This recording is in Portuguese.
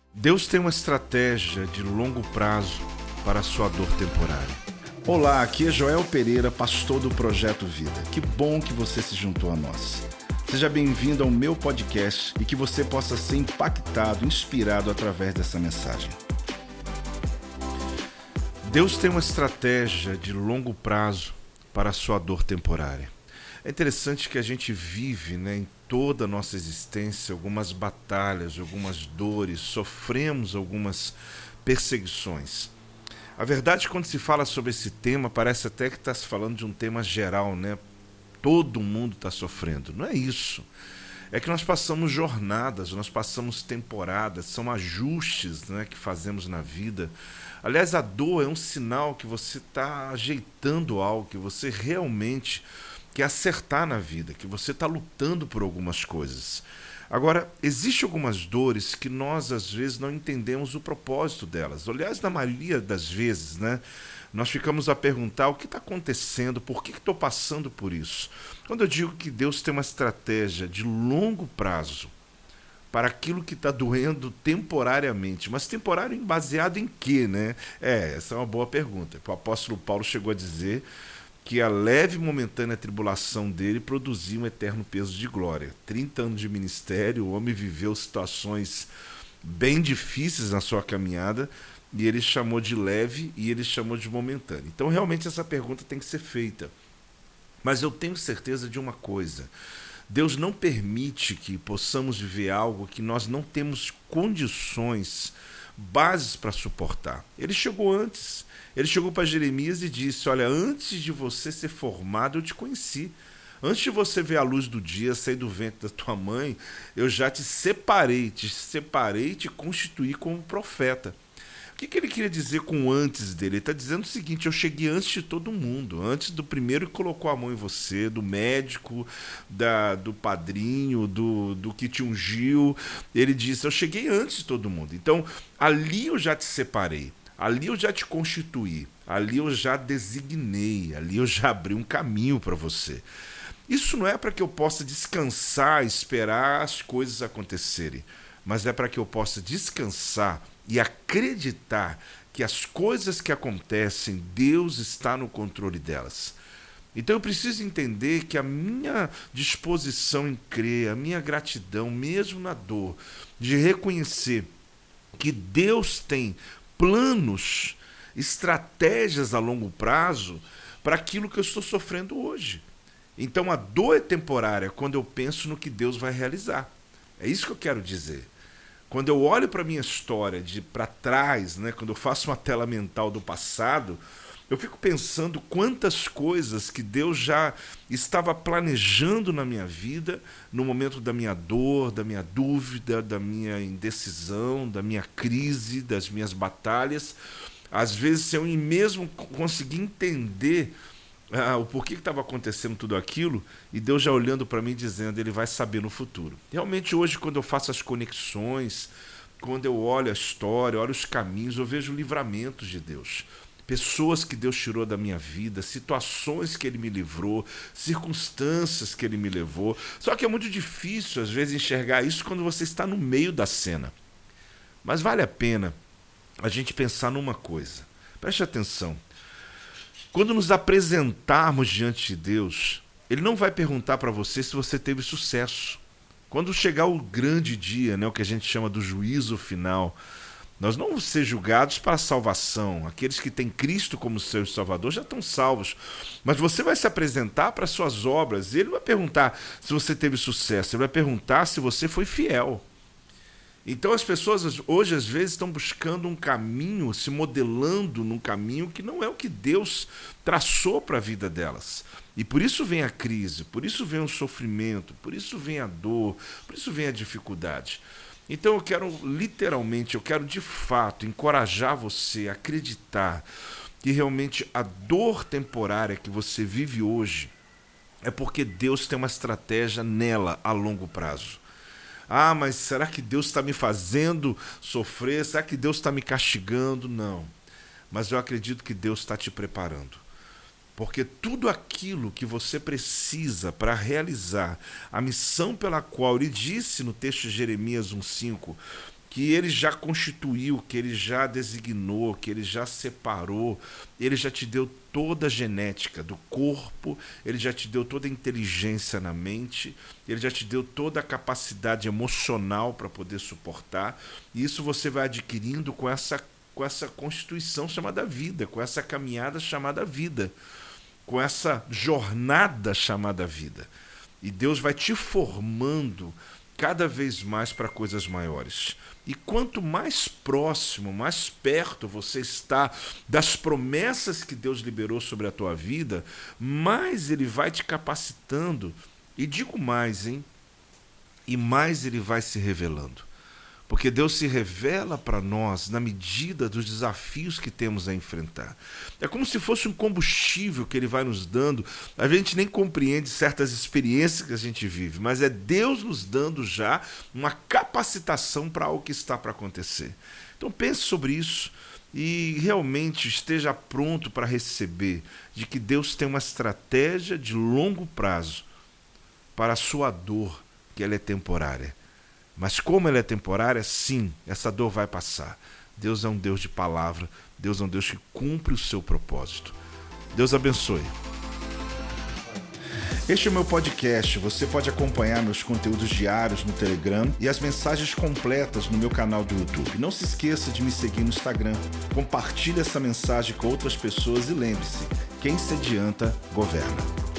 Deus tem uma estratégia de longo prazo para a sua dor temporária. Olá, aqui é Joel Pereira, pastor do Projeto Vida. Que bom que você se juntou a nós. Seja bem-vindo ao meu podcast e que você possa ser impactado, inspirado através dessa mensagem. Deus tem uma estratégia de longo prazo para a sua dor temporária. É interessante que a gente vive, em toda a nossa existência algumas batalhas, algumas dores, sofremos algumas perseguições. A verdade, quando se fala sobre esse tema, parece até que está se falando de um tema geral, Todo mundo está sofrendo. Não é isso. É que nós passamos jornadas, nós passamos temporadas, são ajustes que fazemos na vida. Aliás, a dor é um sinal que você está ajeitando algo, que você realmente quer acertar na vida, que você está lutando por algumas coisas. Agora, existem algumas dores que nós, às vezes, não entendemos o propósito delas. Aliás, na maioria das vezes, nós ficamos a perguntar o que está acontecendo, por que estou passando por isso. Quando eu digo que Deus tem uma estratégia de longo prazo para aquilo que está doendo temporariamente, mas temporário baseado em quê, essa é uma boa pergunta. O apóstolo Paulo chegou a dizer que a leve e momentânea tribulação dele produzia um eterno peso de glória. 30 anos de ministério, o homem viveu situações bem difíceis na sua caminhada, e ele chamou de leve e ele chamou de momentâneo. Então, realmente, essa pergunta tem que ser feita. Mas eu tenho certeza de uma coisa: Deus não permite que possamos viver algo que nós não temos condições, bases para suportar. Ele chegou antes. Ele chegou para Jeremias e disse: olha, antes de você ser formado, eu te conheci. Antes de você ver a luz do dia, sair do ventre da tua mãe, eu já te separei e te constituí como profeta. O que ele queria dizer com antes dele? Ele está dizendo o seguinte: eu cheguei antes de todo mundo, antes do primeiro que colocou a mão em você, do médico, do padrinho, do que te ungiu. Ele disse: eu cheguei antes de todo mundo. Então, ali eu já te separei. Ali eu já te constituí, ali eu já designei, ali eu já abri um caminho para você. Isso não é para que eu possa descansar, esperar as coisas acontecerem, mas é para que eu possa descansar e acreditar que as coisas que acontecem, Deus está no controle delas. Então eu preciso entender que a minha disposição em crer, a minha gratidão, mesmo na dor, de reconhecer que Deus tem planos, estratégias a longo prazo para aquilo que eu estou sofrendo hoje. Então a dor é temporária quando eu penso no que Deus vai realizar. É isso que eu quero dizer. Quando eu olho para a minha história para trás, quando eu faço uma tela mental do passado, eu fico pensando quantas coisas que Deus já estava planejando na minha vida, no momento da minha dor, da minha dúvida, da minha indecisão, da minha crise, das minhas batalhas. Às vezes, sem eu mesmo conseguir entender o porquê que estava acontecendo tudo aquilo, e Deus já olhando para mim dizendo, Ele vai saber no futuro. Realmente hoje, quando eu faço as conexões, quando eu olho a história, olho os caminhos, eu vejo livramentos de Deus. Pessoas que Deus tirou da minha vida, situações que Ele me livrou, circunstâncias que Ele me levou. Só que é muito difícil, às vezes, enxergar isso quando você está no meio da cena. Mas vale a pena a gente pensar numa coisa. Preste atenção. Quando nos apresentarmos diante de Deus, Ele não vai perguntar para você se você teve sucesso. Quando chegar o grande dia, o que a gente chama do juízo final, nós não vamos ser julgados para a salvação. Aqueles que têm Cristo como seu Salvador já estão salvos. Mas você vai se apresentar para as suas obras. E Ele vai perguntar se você teve sucesso. Ele vai perguntar se você foi fiel. Então as pessoas hoje às vezes estão buscando um caminho, se modelando num caminho que não é o que Deus traçou para a vida delas. E por isso vem a crise, por isso vem o sofrimento, por isso vem a dor, por isso vem a dificuldade. Então eu quero de fato encorajar você a acreditar que realmente a dor temporária que você vive hoje é porque Deus tem uma estratégia nela a longo prazo. Ah, mas será que Deus está me fazendo sofrer? Será que Deus está me castigando? Não. Mas eu acredito que Deus está te preparando. Porque tudo aquilo que você precisa para realizar a missão pela qual Ele disse no texto de Jeremias 1,5 que ele já constituiu, que ele já designou, que ele já separou, ele já te deu toda a genética do corpo, ele já te deu toda a inteligência na mente, ele já te deu toda a capacidade emocional para poder suportar, e isso você vai adquirindo com essa constituição chamada vida, com essa caminhada chamada vida, com essa jornada chamada vida. E Deus vai te formando cada vez mais para coisas maiores. E quanto mais próximo, mais perto você está das promessas que Deus liberou sobre a tua vida, mais Ele vai te capacitando. E digo mais, hein? E mais Ele vai se revelando. Porque Deus se revela para nós na medida dos desafios que temos a enfrentar. É como se fosse um combustível que Ele vai nos dando. A gente nem compreende certas experiências que a gente vive, mas é Deus nos dando já uma capacitação para algo que está para acontecer. Então pense sobre isso e realmente esteja pronto para receber de que Deus tem uma estratégia de longo prazo para a sua dor, que ela é temporária. Mas como ela é temporária, sim, essa dor vai passar. Deus é um Deus de palavra, Deus é um Deus que cumpre o seu propósito. Deus abençoe. Este é o meu podcast. Você pode acompanhar meus conteúdos diários no Telegram e as mensagens completas no meu canal do YouTube. Não se esqueça de me seguir no Instagram. Compartilhe essa mensagem com outras pessoas e lembre-se, quem se adianta, governa.